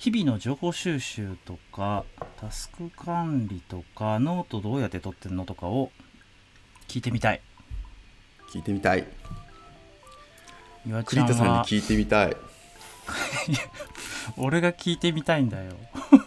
日々の情報収集とかタスク管理とかノートどうやって取ってるのとかを聞いてみたい。 聞いてみたい。 岩ちゃん栗田さんには聞いてみたい。 俺が聞いてみたいんだよ。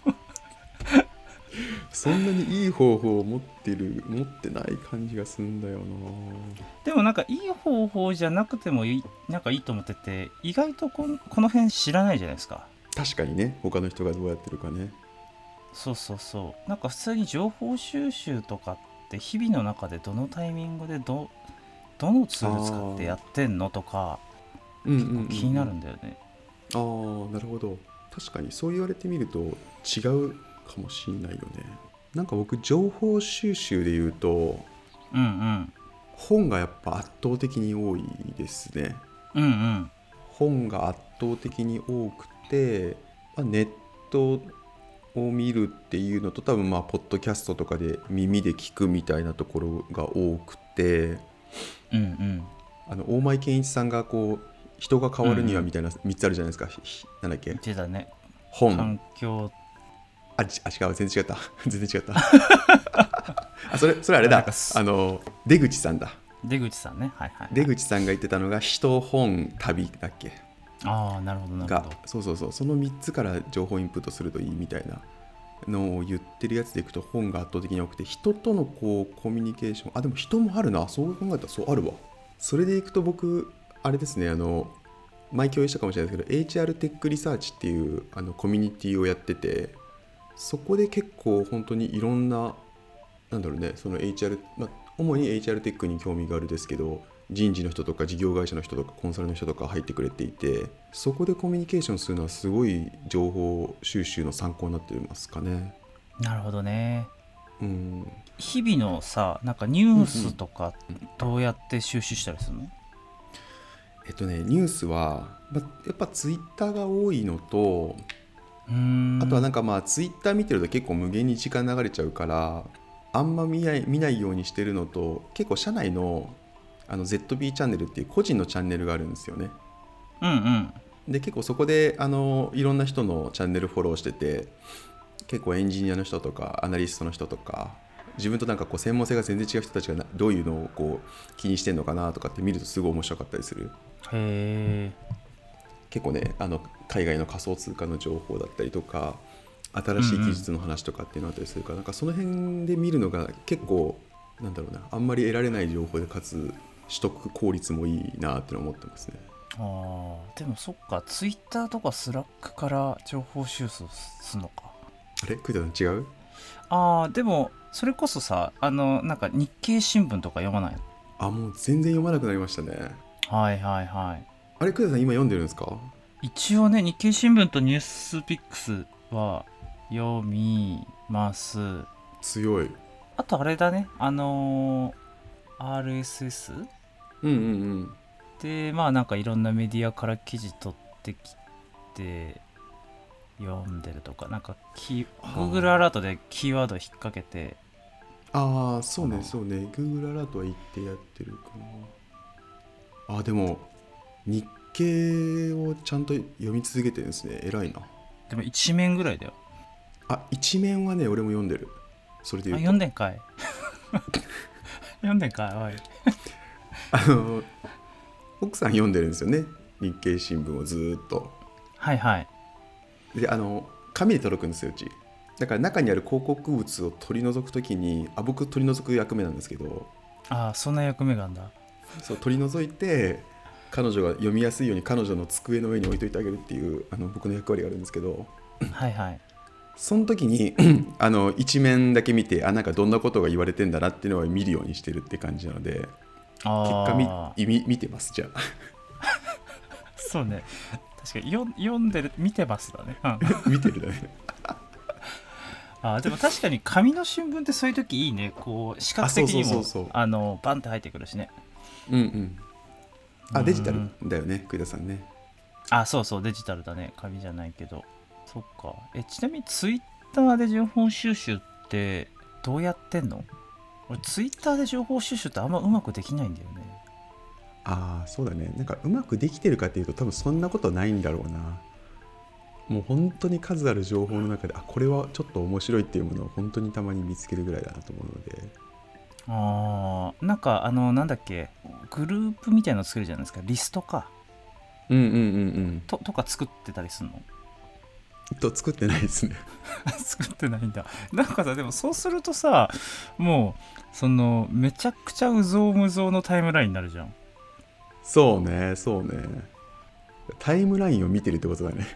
そんなにいい方法を持ってない感じがするんだよな。 でもなんかいい方法じゃなくてもいいと思ってて、意外とこの辺知らないじゃないですか。 確かにね、他の人がどうやってるかね。 そうそうそう。なんか普通に情報収集とかって日々の中でどのタイミングでどのツール使ってやってんのとか結構気になるんだよね。 ああ、なるほど。確かにそう言われてみると違うかもしんないよね。なんか僕情報収集で言うと、本がやっぱ圧倒的に多いですね。本が圧倒的に多くて、ネットを見るっていうのと多分ポッドキャストとかで耳で聞くみたいなところが多くて、大前健一さんがこう人が変わるにはみたいな3つあるじゃないですか。なんだっけ？ 言ってたね。 本。 環境。 違う、全然違った。全然違った。それあれだ。出口さんだ。 出口さんね。はいはい、はい。 出口さんが言ってたのが人、本、旅だっけ？ ああ、なるほどなるほど。 そうその3つから情報インプットするといいみたいなのを言ってるやつでいくと本が圧倒的に多くて、人とのこうコミュニケーション、でも人もあるな。そう考えたらそうあるわ。それでいくと僕あれですね、前共有したかもしれないですけど HR テックリサーチっていうコミュニティをやってて、そこで結構本当にいろんなその HR、主に HR テックに興味があるですけど、人事の人とか事業会社の人とかコンサルの人とか入ってくれていて、そこでコミュニケーションするのはすごい情報収集の参考になってますかね。 なるほどね。日々のさ、なんかニュースとかどうやって収集したりするの？ ニュースは、やっぱツイッターが多いのと、あとはなんかツイッター見てると結構無限に時間流れちゃうからあんま見ないようにしてるのと、結構社内のZB チャンネルっていう個人のチャンネルがあるんですよね。で結構そこでいろんな人のチャンネルフォローしてて、結構エンジニアの人とかアナリストの人とか自分となんかこう専門性が全然違う人たちがどういうのをこう気にしてんのかなとかって見るとすごい面白かったりする。 へー。 結構ね、海外の仮想通貨の情報だったりとか新しい技術の話とかっていうのあったりするから、なんかその辺で見るのが結構あんまり得られない情報で、かつ取得効率もいいなって思ってますね。 でもそっか、ツイッターとかスラックから情報収集するのか。 あれ、栗田さん違う？ でもそれこそさ、なんか日経新聞とか読まない？ もう全然読まなくなりましたね。 はいはいはい。 あれ、栗田さん今読んでるんですか？ 一応ね、日経新聞とニュースピックスは読みます。 強い。 あとあれだね、RSS？ でなんかいろんなメディアから記事取ってきて読んでるとか、なんかGoogle アラートでキーワード引っ掛けて。 そうね Google アラートは言ってやってるかな。でも日経をちゃんと読み続けてるんですね。偉いな。 でも一面ぐらいだよ。 一面はね、俺も読んでる。それで言うと読んでんかい読んでんかい。おい奥さん読んでるんですよね、日経新聞をずっと。 はいはい。 で紙で届くんですよ、うち。だから中にある広告物を取り除くときに、僕取り除く役目なんですけど。 そんな役目があるんだ。 そう、取り除いて彼女が読みやすいように彼女の机の上に置いといてあげるっていう僕の役割があるんですけど、 はいはい。 その時に一面だけ見て、なんかどんなことが言われてんだなっていうのを見るようにしてるって感じなので、結果見てます。じゃあそうね、確かに読んでる、見てますだね、 見てるだねでも確かに紙の新聞ってそういう時いいね。こう視覚的にもバンって入ってくるしね。 デジタルだよね、栗田さんね。 そうそう、デジタルだね、紙じゃないけど。そっか。ちなみにツイッターで情報収集ってどうやってんの？俺ツイッターで情報収集ってあんまうまくできないんだよね。 そうだね。なんかうまくできてるかっていうと多分そんなことないんだろうな。 もう本当に数ある情報の中でこれはちょっと面白いっていうものを本当にたまに見つけるぐらいだなと思うので。 なんかなんだっけ、グループみたいなの作るじゃないですか、リストかうんうんうんうんとか作ってたりするの？ 作ってないですね。 作ってないんだ。なんかさ、でもそうするとさ、もうそのめちゃくちゃうぞうむぞうのタイムラインになるじゃん。 そうねそうね、タイムラインを見てるってことだね。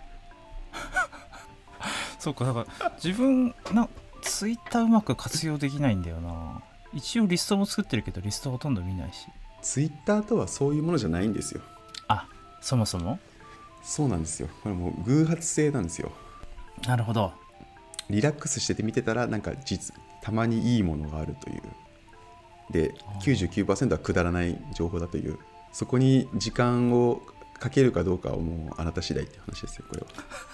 そうか、だから自分ツイッターうまく活用できないんだよな。一応リストも作ってるけどリストほとんど見ないし。 ツイッターとはそういうものじゃないんですよ。 あ、そもそも。 そうなんですよ。これもう偶発性なんですよ。 なるほど。 リラックスしてて見てたらなんかたまにいいものがあるという。で 99% はくだらない情報だという、そこに時間をかけるかどうかはもうあなた次第っていう話ですよこれは。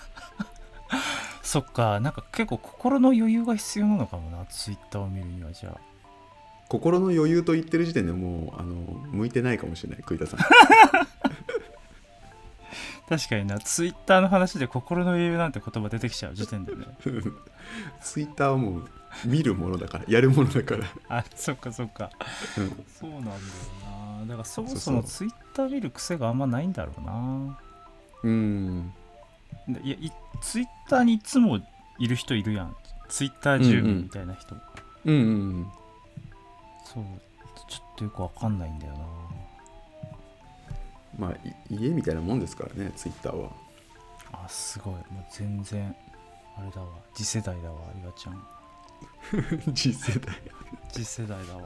そっか、なんか結構心の余裕が必要なのかもな、ツイッターを見るには。じゃあ心の余裕と言ってる時点でもう向いてないかもしれない栗田さん。 確かにな、ツイッターの話で心の余裕なんて言葉出てきちゃう時点でね。 ツイッターはもう見るものだからやるものだから。 あ、そっかそっか、 うん、 そうなんだよな。だからそもそそうそうもツイッター見る癖があんまないんだろうな。 うんいやツイッターにいつもいる人いるやん、ツイッター住民みたいな人、 うんうんうんそう、ちょっとよくわかんないんだよな。 まあ家みたいなもんですからねツイッターは。 あ、すごい、もう全然あれだわ、次世代だわ、岩ちゃん。 次世代。 次世代だわ。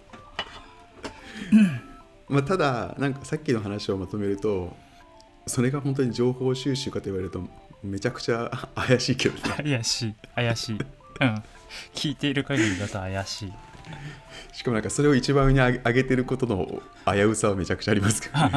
まあただなんかさっきの話をまとめると、それが本当に情報収集かと言われるとめちゃくちゃ怪しいけどね。 怪しい怪しい、うん、聞いている限りだと怪しい。 しかもなんかそれを一番上に上げてることの危うさはめちゃくちゃありますけどね。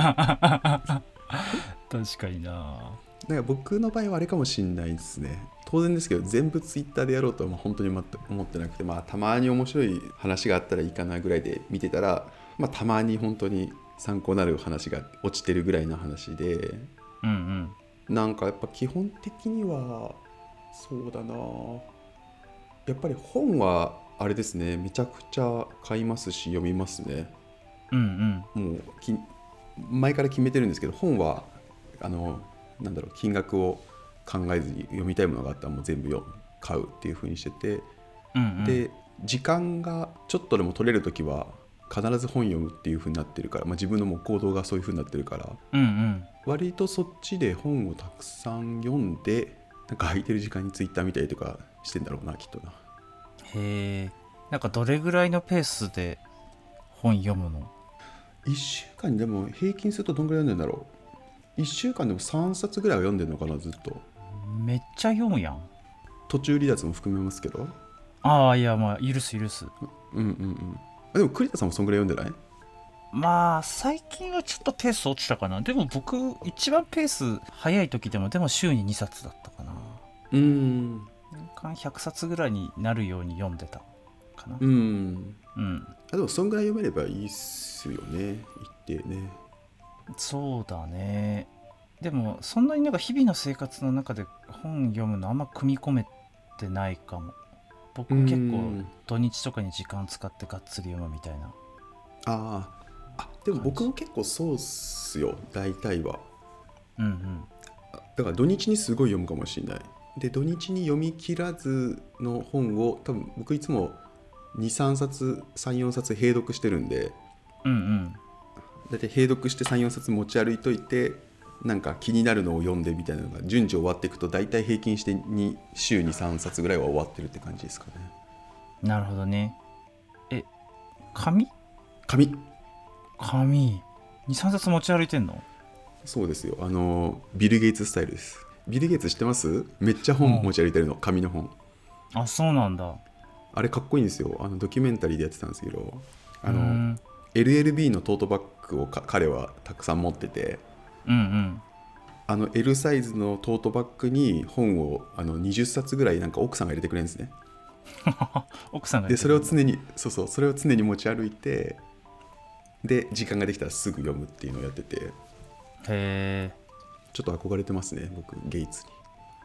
確かにな。 なんか僕の場合はあれかもしれないですね。当然ですけど全部ツイッターでやろうとは本当に思ってなくて、まあたまに面白い話があったらいいかなぐらいで見てたら、まあたまに本当に参考になる話が落ちてるぐらいの話で、 うんうん、 なんかやっぱ基本的にはそうだな、やっぱり本はあれですね、めちゃくちゃ買いますし読みますね。 うんうん、 もう前から決めてるんですけど、本はなんだろう、金額を考えずに読みたいものがあったらもう全部買うっていう風にしてて、 うんうん、 で時間がちょっとでも取れるときは必ず本読むっていう風になってるから、まあ、自分のもう行動がそういう風になってるから、 うんうん、 割とそっちで本をたくさん読んで、なんか空いてる時間にツイッター見たりとかしてんだろうな、きっとな。 へえ。なんかどれぐらいのペースで本読むの 1週間にでも平均するとどんぐらい読んでんだろう。1週間でも3冊ぐらいは読んでるのかな、ずっと。 めっちゃ読むやん。 途中離脱も含めますけど。 ああ、いや、まあ許す許す。 うんうんうん。でも栗田さんもそんぐらい読んでない？ まあ最近はちょっとペース落ちたかな。でも僕一番ペース早い時でも週に2冊だったかな。 年間100冊ぐらいになるように読んでたかな。 うんうんでもそんぐらい読めればいいっすよね、一定ね。 そうだね。でもそんなになんか日々の生活の中で本読むのあんま組み込めてないかも。僕結構土日とかに時間使ってがっつり読むみたいな。 でも僕も結構そうっすよ、大体は。 うんうん、 だから土日にすごい読むかもしれない。で土日に読み切らずの本を多分僕いつも23冊34冊併読してるんで、 うんうん、 だいたい併読して34冊持ち歩いといて、なんか気になるのを読んでみたいなのが順序終わっていくと、だいたい平均して週に3冊ぐらいは終わってるって感じですかね。 なるほどね。紙2,3冊持ち歩いてんの？ そうですよ、ビル・ゲイツスタイルです。ビル・ゲイツ知ってます？めっちゃ本持ち歩いてるの、紙の本。 あ、そうなんだ。 あれかっこいいんですよ。ドキュメンタリーでやってたんですけど、LLB のトートバッグを彼はたくさん持ってて、 うんうん、 L サイズのトートバッグに本を20冊ぐらいなんか奥さんが入れてくれるんですね。 奥さんが入れてくれる。 でそれを常に持ち歩いて、で時間ができたらすぐ読むっていうのをやってて、 へえ。 ちょっと憧れてますね僕、ゲイツに。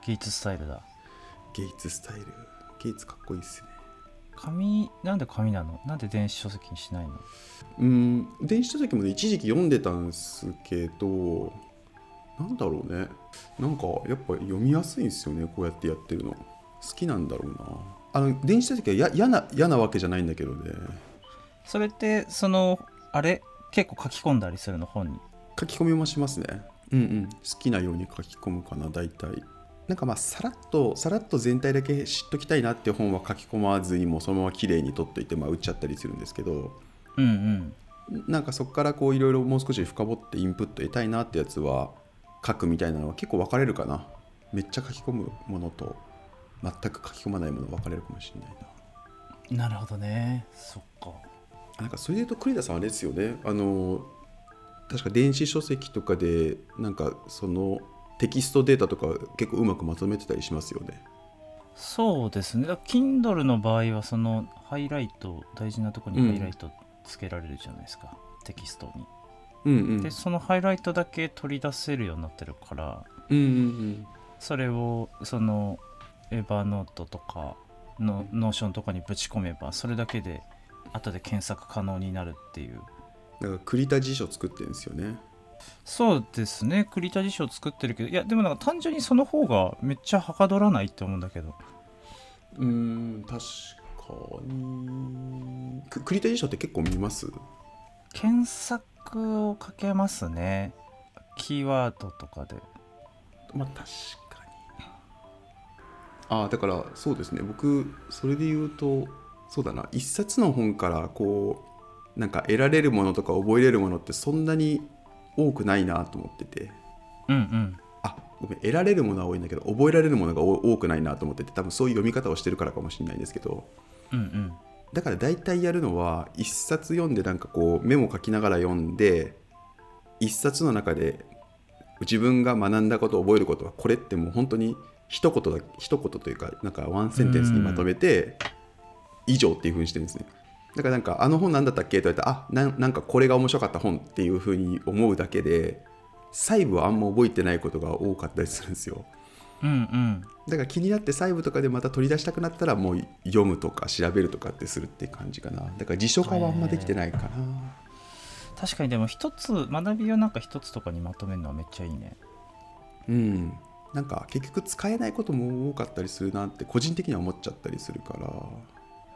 ゲイツスタイルだ。 ゲイツスタイル、ゲイツかっこいいっすね。 なんで紙なの？なんで電子書籍にしないの？ 電子書籍もね一時期読んでたんですけど、なんだろうね、なんかやっぱ読みやすいんですよね、こうやってやってるの好きなんだろうな。電子書籍は嫌なわけじゃないんだけどね。 それってあれ結構書き込んだりするの？本に書き込みもしますね。好きなように書き込むかな、大体。なんかまあさらっと全体だけ知っときたいなっていう本は書き込まずにもうそのまま綺麗に取っといて、売っちゃったりするんですけど、なんかそこからこういろいろもう少し深掘ってインプット得たいなってやつは書くみたいなのは結構分かれるかな。めっちゃ書き込むものと全く書き込まないもの分かれるかもしれないな。 なるほどね。そっか。 なんかそれで言うと栗田さんあれですよね、確か電子書籍とかでなんかそのテキストデータとか結構うまくまとめてたりしますよね。 そうですね。だから Kindle の場合はそのハイライト、大事なところにハイライトつけられるじゃないですか、テキストに。でそのハイライトだけ取り出せるようになってるから、それをそのエヴァノートとかのノーションとかにぶち込めばそれだけで後で検索可能になるっていう。 だから栗田辞書作ってるんですよね。 そうですね。栗田辞書作ってるけど、いやでもなんか単純にその方がめっちゃはかどらないって思うんだけど。 確かに。栗田辞書って結構見ます？ 検索をかけますね、キーワードとかで。 まあ確かに。だからそうですね、僕それで言うとそうだな、一冊の本からこうなんか得られるものとか覚えれるものってそんなに多くないなと思ってて、ごめん、得られるものは多いんだけど覚えられるものが多くないなと思ってて、多分そういう読み方をしてるからかもしれないんですけど、だから大体やるのは一冊読んでなんかこうメモ書きながら読んで、一冊の中で自分が学んだこと覚えることはこれってもう本当に一言というかなんかワンセンテンスにまとめて以上っていう風にしてるんですね。だからなんか本なんだったっけと言われたらなんかこれが面白かった本っていう風に思うだけで細部はあんま覚えてないことが多かったりするんですよ。だから気になって細部とかでまた取り出したくなったらもう読むとか調べるとかってするって感じかな。だから辞書化はあんまできてないかな。 確かに。でも一つ学びをなんか一つとかにまとめるのはめっちゃいいね。 なんか結局使えないことも多かったりするなって個人的には思っちゃったりするから、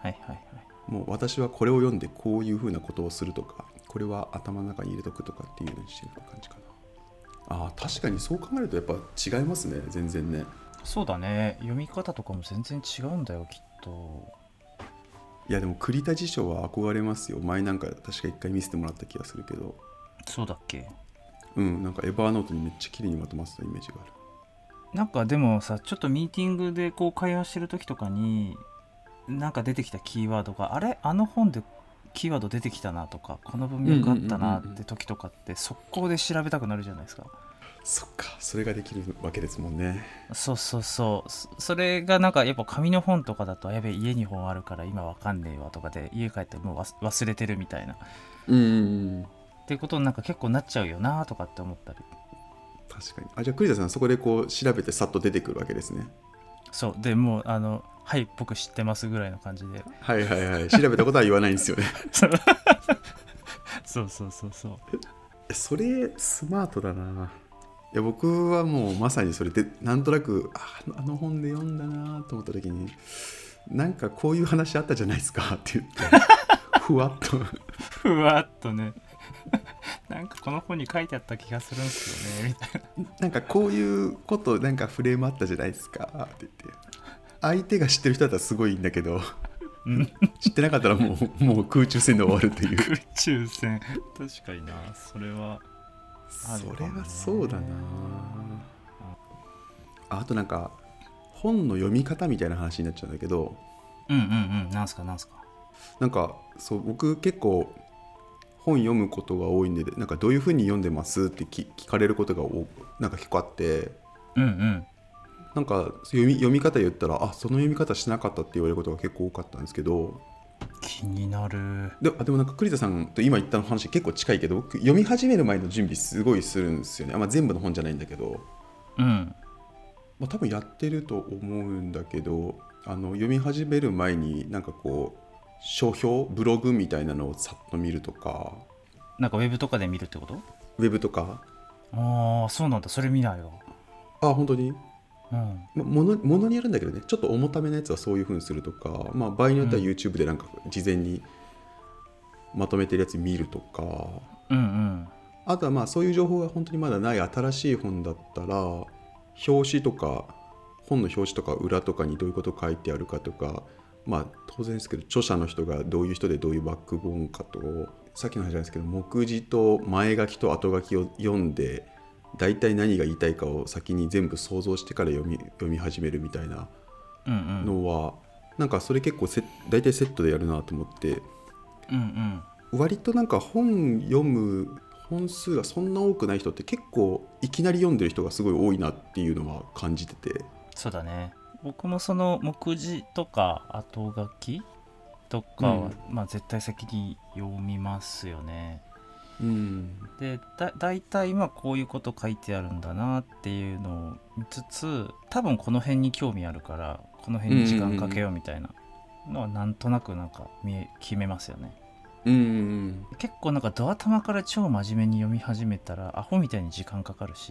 もう私はこれを読んでこういうふうなことをするとか、これは頭の中に入れとくとかっていうのにしてる感じかな。確かにそう考えるとやっぱ違いますね、全然ね。 そうだね。読み方とかも全然違うんだよきっと。 いやでも栗田辞書は憧れますよ。前なんか確か一回見せてもらった気がするけど。 そうだっけ？ なんかエバーノートにめっちゃ綺麗にまとまってたイメージがある。 なんかでもさ、ちょっとミーティングでこう会話してる時とかになんか出てきたキーワードがあの本でキーワード出てきたなとか、この文脈あったなって時とかって速攻で調べたくなるじゃないですか。 そっか、それができるわけですもんね。 そうそれがなんかやっぱ紙の本とかだとやべえ家に本あるから今わかんねえわとかで家帰ってもう忘れてるみたいなっていうことになんか結構なっちゃうよなとかって思ったり。 確かに。じゃあ栗田さんそこでこう調べてさっと出てくるわけですね。 そうでもうはい僕知ってますぐらいの感じで調べたことは言わないんですよね。 そうそれスマートだな。いや僕はもうまさにそれでなんとなくあの本で読んだなと思った時になんかこういう話あったじゃないですかって言ってふわっとねなんかこの本に書いてあった気がするんですよねみたいな。 なんかこういうことなんかフレームあったじゃないですかって言って、相手が知ってる人だったらすごいんだけど知ってなかったらもう空中戦で終わるっていう空中戦確かにな。それはそうだな。あとなんか本の読み方みたいな話になっちゃうんだけど、 なんすかなんかそう僕結構本読むことが多いんで、なんかどういう風に読んでますって聞かれることがなんか結構あって、なんか読み方言ったらその読み方しなかったって言われることが結構多かったんですけど、 気になる。 でもなんか栗田さんと今言った話結構近いけど、僕読み始める前の準備すごいするんですよね。全部の本じゃないんだけど、 まあ、多分やってると思うんだけど、読み始める前になんかこう書評ブログみたいなのをさっと見るとか、 なんかウェブとかで見るってこと？ ウェブとか。 ああ、そうなんだ。それ見ないわ。 あ、本当に。 うん。 ものによるんだけどね、ちょっと重ためのやつはそういう風にするとか、まあ、場合によっては YouTube でなんか事前にまとめてるやつ見るとか、 うんうん。 あとはまあそういう情報が本当にまだない新しい本だったら、表紙とか本の表紙とか裏とかにどういうこと書いてあるかとか、まあ当然ですけど著者の人がどういう人でどういうバックボーンかと、さっきの話じゃないですけど目次と前書きと後書きを読んで大体何が言いたいかを先に全部想像してから読み始めるみたいなうんうん。 のは、なんかそれ結構大体セットでやるなと思って、 うんうん。 割となんか本読む本数がそんな多くない人って結構いきなり読んでる人がすごい多いなっていうのは感じてて。 そうだね。僕もその目次とか後書きとかは、まあ絶対先に読みますよね。で大体今こういうこと書いてあるんだなっていうのを見つつ、多分この辺に興味あるからこの辺に時間かけようみたいなのはなんとなくなんか決めますよね。結構なんかドア玉から超真面目に読み始めたらアホみたいに時間かかるし、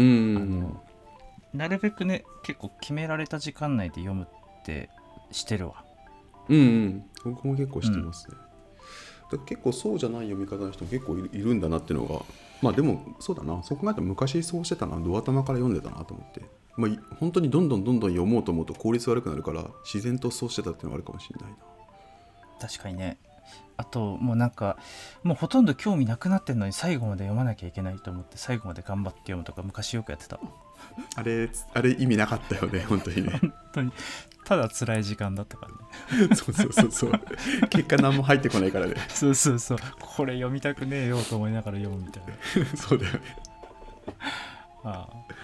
なるべくね結構決められた時間内で読むってしてるわ。 僕も結構してますね。だから結構そうじゃない読み方の人も結構いるんだなっていうのが、まあでもそうだな、そう考えたら昔そうしてたな、ドア玉から読んでたなと思って、まあ本当にどんどん読もうと思うと効率悪くなるから自然とそうしてたっていうのがあるかもしれないな。 確かにね。あともうなんかもうほとんど興味なくなってんのに最後まで読まなきゃいけないと思って最後まで頑張って読むとか昔よくやってた。 あれ意味なかったよね本当にね。 本当にただ辛い時間だったからね。 そう結果何も入ってこないからね。 そうこれ読みたくねえよと思いながら読むみたいな。 そうだよね。 ああ